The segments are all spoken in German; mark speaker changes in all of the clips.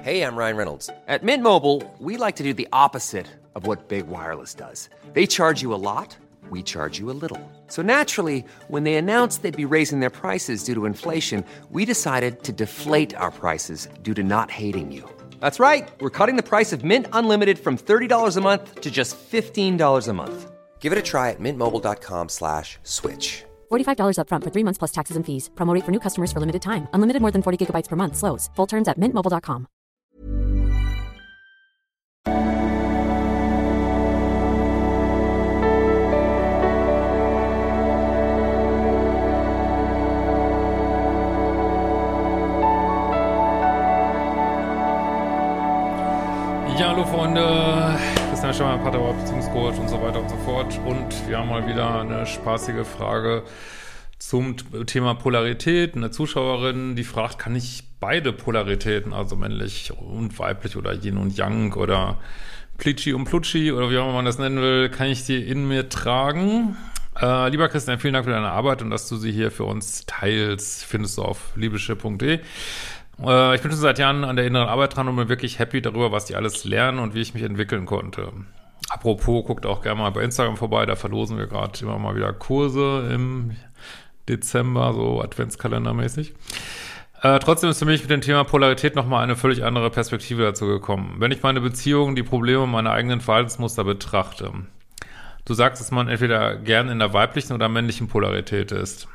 Speaker 1: Hey, I'm Ryan Reynolds. At Mint Mobile, we like to do the opposite of what Big Wireless does. They charge you a lot, we charge you a little. So naturally, when they announced they'd be raising their prices due to inflation, we decided to deflate our prices due to not hating you. That's right. We're cutting the price of Mint Unlimited from $30 a month to just $15 a month. Give it a try at mintmobile.com/switch.
Speaker 2: $45 up front for 3 months plus taxes and fees. Promo rate for new customers for limited time. Unlimited more than 40 gigabytes per month. Slows full terms at mintmobile.com.
Speaker 3: Ja, hallo Freunde, Christian Schemmer, Paartherapeut, Beziehungscoach und so weiter und so fort. Und wir haben mal wieder eine spaßige Frage zum Thema Polarität. Eine Zuschauerin, die fragt, kann ich beide Polaritäten, also männlich und weiblich oder Yin und Yang oder Plitschi und Plutschi oder wie auch immer man das nennen will, kann ich die in mir tragen? Lieber Christian, vielen Dank für deine Arbeit und dass du sie hier für uns teilst. Findest du auf liebeschiff.de. Ich bin schon seit Jahren an der inneren Arbeit dran und bin wirklich happy darüber, was die alles lernen und wie ich mich entwickeln konnte. Apropos, guckt auch gerne mal bei Instagram vorbei, da verlosen wir gerade immer mal wieder Kurse im Dezember, so Adventskalendermäßig. Trotzdem ist für mich mit dem Thema Polarität nochmal eine völlig andere Perspektive dazu gekommen. Wenn ich meine Beziehungen, die Probleme meiner eigenen Verhaltensmuster betrachte. Du sagst, dass man entweder gern in der weiblichen oder männlichen Polarität ist.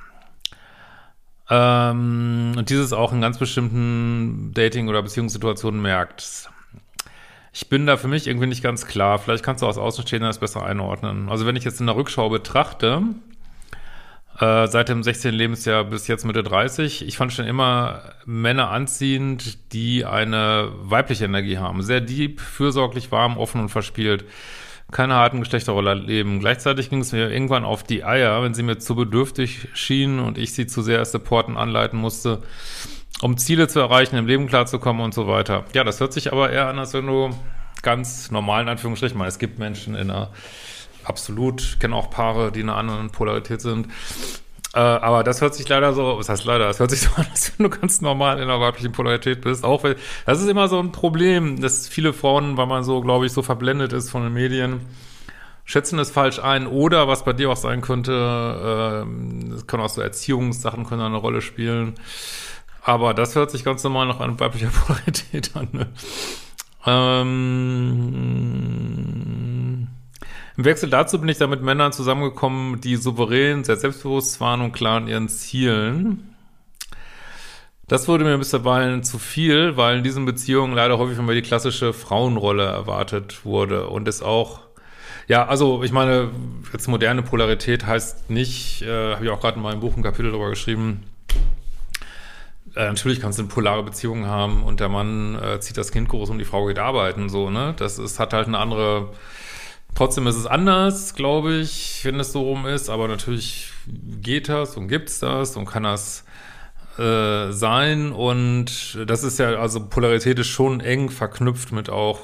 Speaker 3: Und dieses auch in ganz bestimmten Dating- oder Beziehungssituationen merkt. Ich bin da für mich irgendwie nicht ganz klar. Vielleicht kannst du aus Außenstehender das besser einordnen. Also wenn ich jetzt in der Rückschau betrachte, seit dem 16. Lebensjahr bis jetzt Mitte 30, ich fand schon immer Männer anziehend, die eine weibliche Energie haben. Sehr deep, fürsorglich, warm, offen und verspielt. Keine harten Geschlechterrolle leben. Gleichzeitig ging es mir irgendwann auf die Eier, wenn sie mir zu bedürftig schienen und ich sie zu sehr supporten, anleiten musste, um Ziele zu erreichen, im Leben klarzukommen und so weiter. Ja, das hört sich aber eher an, als wenn du ganz normal, in Anführungsstrichen, es gibt Menschen in einer absolut, kenne auch Paare, die in einer anderen Polarität sind. Aber das hört sich leider so, was heißt leider, das hört sich so an, als wenn du ganz normal in einer weiblichen Polarität bist. Auch weil, das ist immer so ein Problem, dass viele Frauen, weil man so, glaube ich, so verblendet ist von den Medien, schätzen es falsch ein. Oder, was bei dir auch sein könnte, das können auch so Erziehungssachen können eine Rolle spielen. Aber das hört sich ganz normal nach einer weiblichen Polarität an, ne? Im Wechsel dazu bin ich da mit Männern zusammengekommen, die souverän, sehr selbstbewusst waren und klar in ihren Zielen. Das wurde mir bisweilen zu viel, weil in diesen Beziehungen leider häufig von mir die klassische Frauenrolle erwartet wurde und es auch, ja, also ich meine, jetzt moderne Polarität heißt nicht, habe ich auch gerade in meinem Buch ein Kapitel darüber geschrieben, natürlich kannst du eine polare Beziehung haben und der Mann zieht das Kind groß und die Frau geht arbeiten, so, ne, das ist, hat halt eine andere. Trotzdem ist es anders, glaube ich, wenn es so rum ist, aber natürlich geht das und gibt's das und kann das sein und das ist ja, also Polarität ist schon eng verknüpft mit auch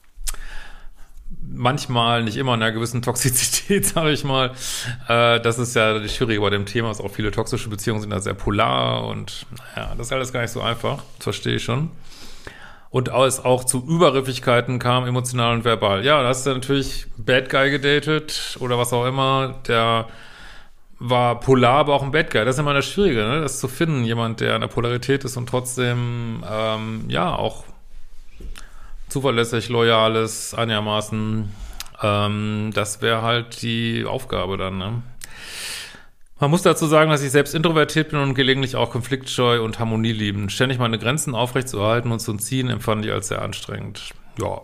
Speaker 3: manchmal, nicht immer, einer gewissen Toxizität, sage ich mal. Das ist ja das Schwierige bei dem Thema, dass auch viele toxische Beziehungen sind da sehr polar und naja, das ist alles gar nicht so einfach, das verstehe ich schon. Und es auch zu Übergriffigkeiten kam, emotional und verbal. Ja, da hast du natürlich Bad Guy gedatet oder was auch immer. Der war polar, aber auch ein Bad Guy. Das ist immer das Schwierige, ne? Das zu finden. Jemand, der in der Polarität ist und trotzdem, ja, auch zuverlässig, loyal ist, einigermaßen. Das wäre halt die Aufgabe dann, ne? Man muss dazu sagen, dass ich selbst introvertiert bin und gelegentlich auch konfliktscheu und harmonieliebend. Ständig meine Grenzen aufrechtzuerhalten und zu ziehen, empfand ich als sehr anstrengend. Ja.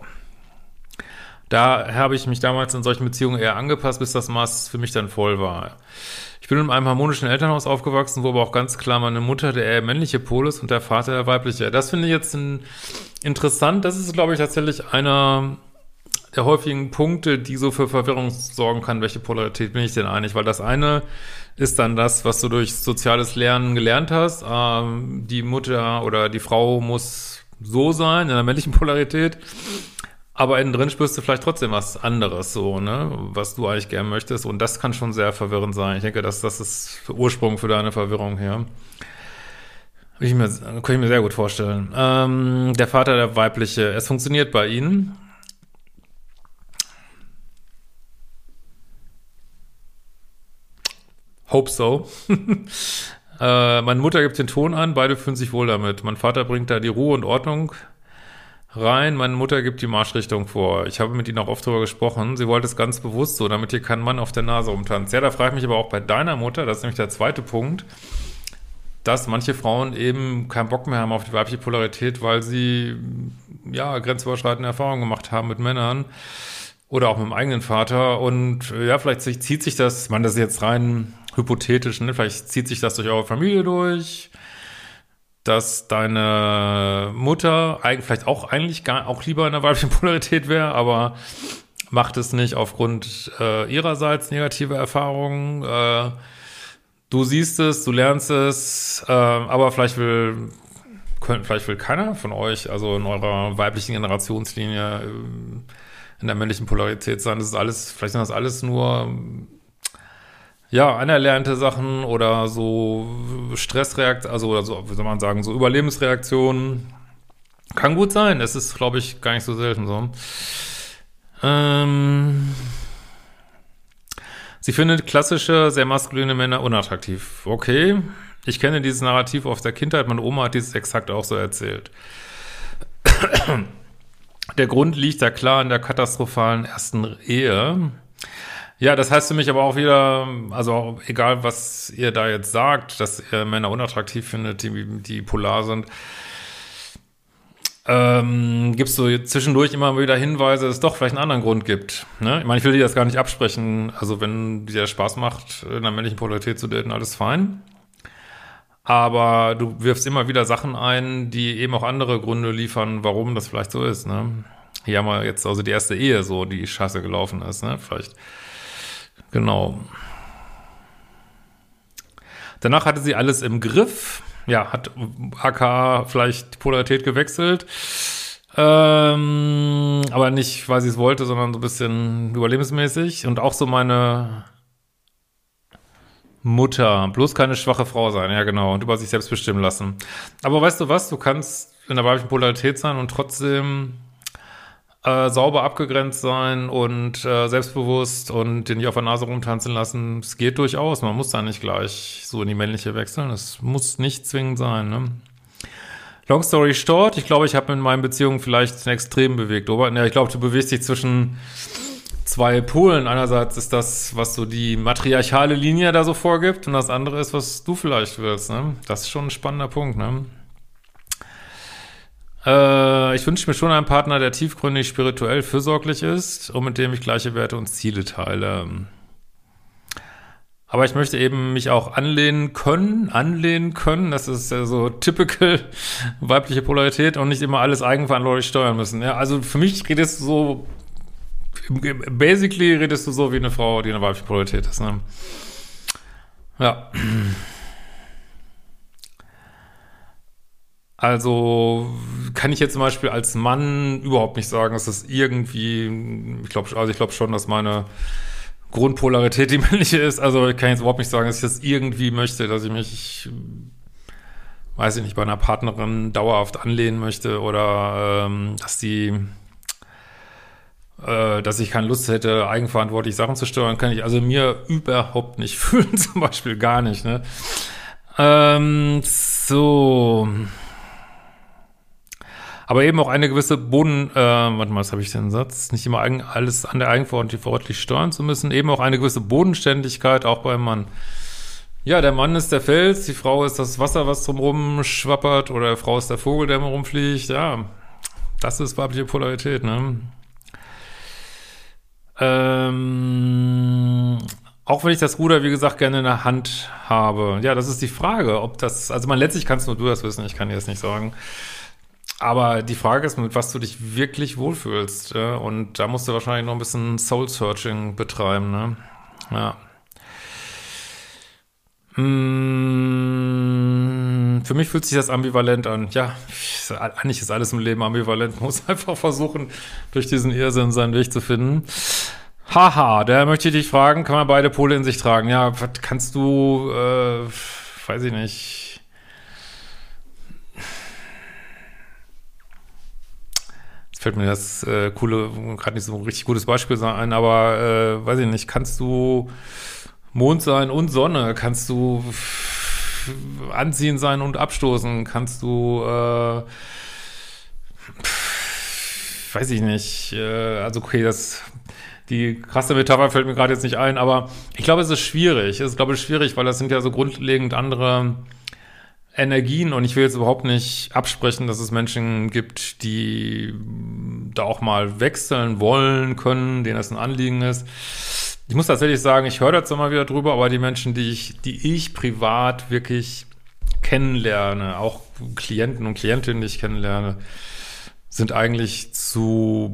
Speaker 3: Da habe ich mich damals in solchen Beziehungen eher angepasst, bis das Maß für mich dann voll war. Ich bin in einem harmonischen Elternhaus aufgewachsen, wo aber auch ganz klar meine Mutter der eher männliche Pol ist und der Vater der weibliche. Das finde ich jetzt interessant. Das ist, glaube ich, tatsächlich einer der häufigen Punkte, die so für Verwirrung sorgen kann. Welche Polarität bin ich denn eigentlich? Weil das eine ist dann das, was du durch soziales Lernen gelernt hast. Die Mutter oder die Frau muss so sein, in der männlichen Polarität. Aber innen drin spürst du vielleicht trotzdem was anderes, so, ne, was du eigentlich gern möchtest. Und das kann schon sehr verwirrend sein. Ich denke, das ist der Ursprung für deine Verwirrung hier. Kann ich mir sehr gut vorstellen. Der Vater, der weibliche, es funktioniert bei Ihnen. Hope so. Meine Mutter gibt den Ton an, beide fühlen sich wohl damit. Mein Vater bringt da die Ruhe und Ordnung rein, meine Mutter gibt die Marschrichtung vor. Ich habe mit ihnen auch oft darüber gesprochen. Sie wollte es ganz bewusst so, damit hier kein Mann auf der Nase rumtanzt. Ja, da frage ich mich aber auch bei deiner Mutter, das ist nämlich der zweite Punkt, dass manche Frauen eben keinen Bock mehr haben auf die weibliche Polarität, weil sie, ja, grenzüberschreitende Erfahrungen gemacht haben mit Männern oder auch mit dem eigenen Vater. Und ja, vielleicht zieht sich das, ich meine, das ist jetzt rein hypothetisch, ne? Vielleicht zieht sich das durch eure Familie durch, dass deine Mutter vielleicht auch eigentlich auch lieber in der weiblichen Polarität wäre, aber macht es nicht aufgrund ihrerseits negative Erfahrungen. Du siehst es, du lernst es, aber vielleicht will keiner von euch, also in eurer weiblichen Generationslinie, in der männlichen Polarität sein. Das ist alles, vielleicht sind das alles nur ja, anerlernte Sachen oder so Stressreaktionen, also oder so, wie soll man sagen, so Überlebensreaktionen. Kann gut sein. Es ist, glaube ich, gar nicht so selten so. Sie findet klassische, sehr maskuline Männer unattraktiv. Okay. Ich kenne dieses Narrativ aus der Kindheit. Meine Oma hat dieses exakt auch so erzählt. Der Grund liegt da klar in der katastrophalen ersten Ehe. Ja, das heißt für mich aber auch wieder, also egal, was ihr da jetzt sagt, dass ihr Männer unattraktiv findet, die polar sind, gibt's so zwischendurch immer wieder Hinweise, dass es doch vielleicht einen anderen Grund gibt. Ne? Ich meine, ich will dir das gar nicht absprechen. Also wenn dir Spaß macht, in einer männlichen Polarität zu daten, alles fein. Aber du wirfst immer wieder Sachen ein, die eben auch andere Gründe liefern, warum das vielleicht so ist. Ne? Hier haben wir jetzt also die erste Ehe so, die scheiße gelaufen ist. Ne? Vielleicht. Genau. Danach hatte sie alles im Griff. Ja, hat aka vielleicht die Polarität gewechselt. Aber nicht, weil sie es wollte, sondern so ein bisschen überlebensmäßig. Und auch so meine Mutter. Bloß keine schwache Frau sein. Ja, genau. Und über sich selbst bestimmen lassen. Aber weißt du was? Du kannst in der weiblichen Polarität sein und trotzdem sauber abgegrenzt sein und selbstbewusst und den nicht auf der Nase rumtanzen lassen. Es geht durchaus. Man muss da nicht gleich so in die männliche wechseln. Es muss nicht zwingend sein. Ne? Long story short, ich glaube, ich habe in meinen Beziehungen vielleicht einen Extrem bewegt. Aber ja, ich glaube, du bewegst dich zwischen zwei Polen. Einerseits ist das, was so die matriarchale Linie da so vorgibt, und das andere ist, was du vielleicht willst. Ne? Das ist schon ein spannender Punkt. Ne? Ich wünsche mir schon einen Partner, der tiefgründig spirituell fürsorglich ist und mit dem ich gleiche Werte und Ziele teile. Aber ich möchte eben mich auch anlehnen können. Das ist ja so typical weibliche Polarität und nicht immer alles eigenverantwortlich steuern müssen. Ja, also für mich redest du so wie eine Frau, die eine weibliche Polarität ist. Ne? Ja. Also kann ich jetzt zum Beispiel als Mann überhaupt nicht sagen, dass das irgendwie, ich glaube schon, dass meine Grundpolarität die männliche ist. Also ich kann jetzt überhaupt nicht sagen, dass ich das irgendwie möchte, dass ich mich, weiß ich nicht, bei einer Partnerin dauerhaft anlehnen möchte oder dass ich keine Lust hätte, eigenverantwortlich Sachen zu steuern, kann ich also mir überhaupt nicht fühlen, zum Beispiel gar nicht, ne? So. Aber eben auch eine gewisse was habe ich denn Satz? Nicht immer alles an der Eigenverantwortlich steuern zu müssen. Eben auch eine gewisse Bodenständigkeit, auch beim Mann. Ja, der Mann ist der Fels, die Frau ist das Wasser, was drumherum schwappert, oder die Frau ist der Vogel, der immer rumfliegt. Ja, das ist weibliche Polarität, ne? Auch wenn ich das Ruder, wie gesagt, gerne in der Hand habe. Ja, das ist die Frage, ob das, also letztlich kannst nur du das wissen, ich kann dir das nicht sagen. Aber die Frage ist, mit was du dich wirklich wohlfühlst. Ja? Und da musst du wahrscheinlich noch ein bisschen Soul-Searching betreiben. Ne? Ja. Für mich fühlt sich das ambivalent an. Ja, eigentlich ist alles im Leben ambivalent. Man muss einfach versuchen, durch diesen Irrsinn seinen Weg zu finden. Haha, da möchte ich dich fragen, kann man beide Pole in sich tragen? Ja, was kannst du, weiß ich nicht. fällt mir das gerade nicht so ein richtig gutes Beispiel ein, aber weiß ich nicht, kannst du Mond sein und Sonne, kannst du anziehen sein und abstoßen, kannst du weiß ich nicht, also okay, die krasse Metapher fällt mir gerade jetzt nicht ein, aber ich glaube, es ist schwierig. Es ist, glaube ich, schwierig, weil das sind ja so grundlegend andere Energien und ich will jetzt überhaupt nicht absprechen, dass es Menschen gibt, die da auch mal wechseln wollen können, denen das ein Anliegen ist. Ich muss tatsächlich sagen, ich höre dazu mal wieder drüber, aber die Menschen, die ich privat wirklich kennenlerne, auch Klienten und Klientinnen, die ich kennenlerne, sind eigentlich zu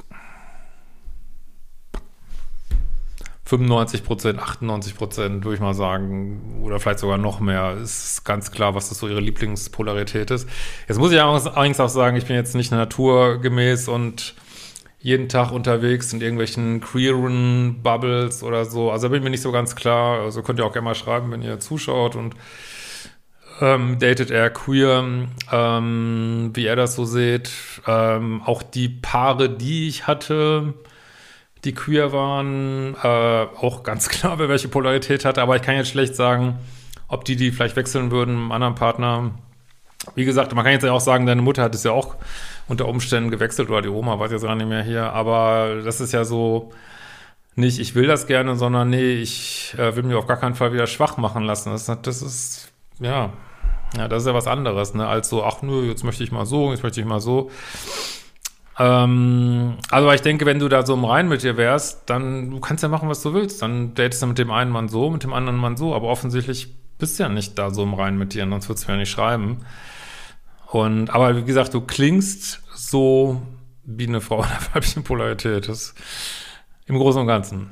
Speaker 3: 95%, 98%, würde ich mal sagen, oder vielleicht sogar noch mehr, ist ganz klar, was das so ihre Lieblingspolarität ist. Jetzt muss ich allerdings auch sagen, ich bin jetzt nicht naturgemäß und jeden Tag unterwegs in irgendwelchen queeren Bubbles oder so. Also da bin ich mir nicht so ganz klar. Also könnt ihr auch gerne mal schreiben, wenn ihr zuschaut und datet er queer, wie er das so seht. Auch die Paare, die ich hatte, die queer waren, auch ganz klar, wer welche Polarität hatte, aber ich kann jetzt schlecht sagen, ob die vielleicht wechseln würden mit einem anderen Partner. Wie gesagt, man kann jetzt ja auch sagen, deine Mutter hat es ja auch unter Umständen gewechselt oder die Oma, weiß jetzt gar nicht mehr hier, aber das ist ja so nicht, ich will das gerne, sondern nee, ich will mich auf gar keinen Fall wieder schwach machen lassen. Das ist ja, das ist ja was anderes, ne, als so, ach nö, jetzt möchte ich mal so, jetzt möchte ich mal so. Also ich denke, wenn du da so im Reinen mit dir wärst, dann du kannst ja machen, was du willst. Dann datest du mit dem einen Mann so, mit dem anderen Mann so, aber offensichtlich bist du ja nicht da so im Reinen mit dir, sonst würdest du mir ja nicht schreiben. Aber wie gesagt, du klingst so wie eine Frau in der weiblichen Polarität. Das im Großen und Ganzen.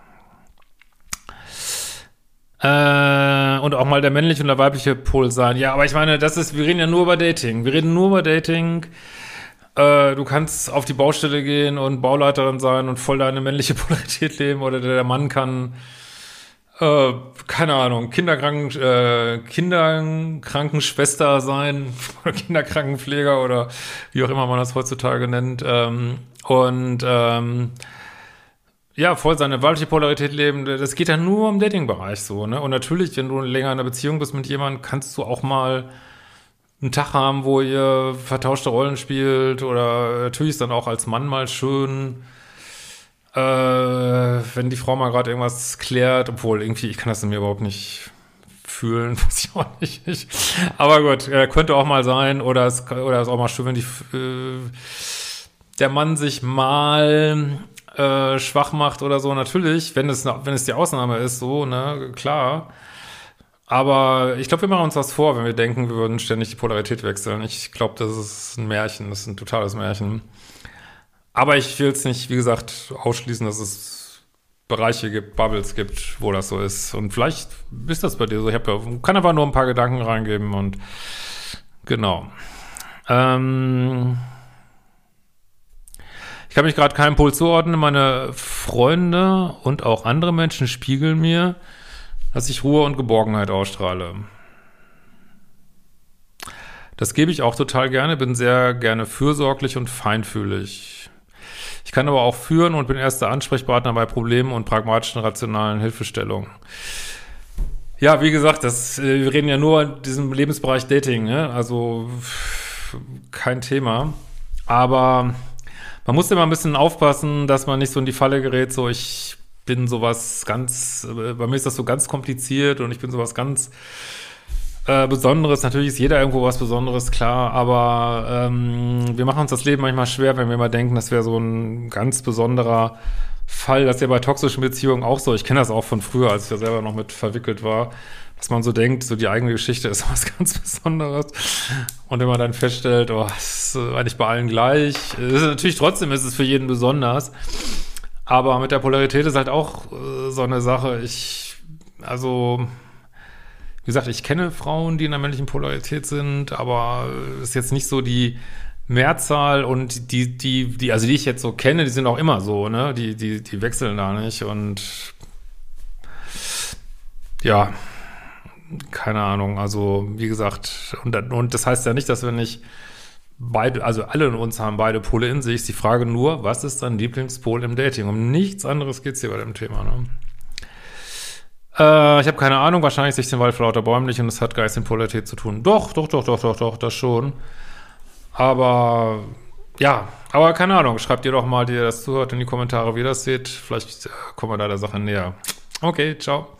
Speaker 3: Und auch mal der männliche und der weibliche Pol sein. Ja, aber ich meine, wir reden ja nur über Dating. Wir reden nur über Dating. Du kannst auf die Baustelle gehen und Bauleiterin sein und voll deine männliche Polarität leben oder der Mann kann, keine Ahnung, Kinderkrankenschwester sein oder Kinderkrankenpfleger oder wie auch immer man das heutzutage nennt. Ja, voll seine weibliche Polarität leben, das geht ja nur im Dating-Bereich so, ne? Und natürlich, wenn du länger in einer Beziehung bist mit jemandem, kannst du auch mal einen Tag haben, wo ihr vertauschte Rollen spielt oder natürlich ist dann auch als Mann mal schön, wenn die Frau mal gerade irgendwas klärt, obwohl irgendwie, ich kann das in mir überhaupt nicht fühlen, weiß ich auch nicht. Aber gut, könnte auch mal sein oder es ist auch mal schön, wenn der Mann sich mal schwach macht oder so, natürlich, wenn es die Ausnahme ist, so, ne, klar. Aber ich glaube, wir machen uns was vor, wenn wir denken, wir würden ständig die Polarität wechseln. Ich glaube, das ist ein Märchen, das ist ein totales Märchen. Aber ich will es nicht, wie gesagt, ausschließen, dass es Bereiche gibt, Bubbles gibt, wo das so ist. Und vielleicht ist das bei dir so. Kann einfach nur ein paar Gedanken reingeben und genau. Ich kann mich gerade keinem Pol zuordnen. Meine Freunde und auch andere Menschen spiegeln mir, dass ich Ruhe und Geborgenheit ausstrahle. Das gebe ich auch total gerne, bin sehr gerne fürsorglich und feinfühlig. Ich kann aber auch führen und bin erster Ansprechpartner bei Problemen und pragmatischen, rationalen Hilfestellungen. Ja, wie gesagt, wir reden ja nur in diesem Lebensbereich Dating, ne? Also kein Thema. Aber man muss immer ein bisschen aufpassen, dass man nicht so in die Falle gerät, so ich bin sowas ganz, bei mir ist das so ganz kompliziert und ich bin sowas ganz Besonderes. Natürlich ist jeder irgendwo was Besonderes, klar, aber wir machen uns das Leben manchmal schwer, wenn wir mal denken, das wäre so ein ganz besonderer Fall. Das ist ja bei toxischen Beziehungen auch so. Ich kenne das auch von früher, als ich da selber noch mit verwickelt war, dass man so denkt, so die eigene Geschichte ist was ganz Besonderes. Und wenn man dann feststellt, oh, es ist eigentlich bei allen gleich. Natürlich trotzdem ist es für jeden besonders. Aber mit der Polarität ist halt auch so eine Sache. Wie gesagt, ich kenne Frauen, die in der männlichen Polarität sind, aber es ist jetzt nicht so die Mehrzahl und die ich jetzt so kenne, die sind auch immer so, ne? Die wechseln da nicht und ja, keine Ahnung, also wie gesagt, und das heißt ja nicht, dass wir nicht also alle in uns haben beide Pole in sich. Die Frage nur, was ist dein Lieblingspol im Dating? Um nichts anderes geht's hier bei dem Thema, ne? Ich habe keine Ahnung, wahrscheinlich sich den Wald vor lauter Bäumen nicht und es hat gar nichts mit Polarität zu tun. Doch, das schon. Aber, ja, aber keine Ahnung, schreibt ihr doch mal, die ihr das zuhört, in die Kommentare, wie ihr das seht. Vielleicht kommen wir da der Sache näher. Okay, ciao.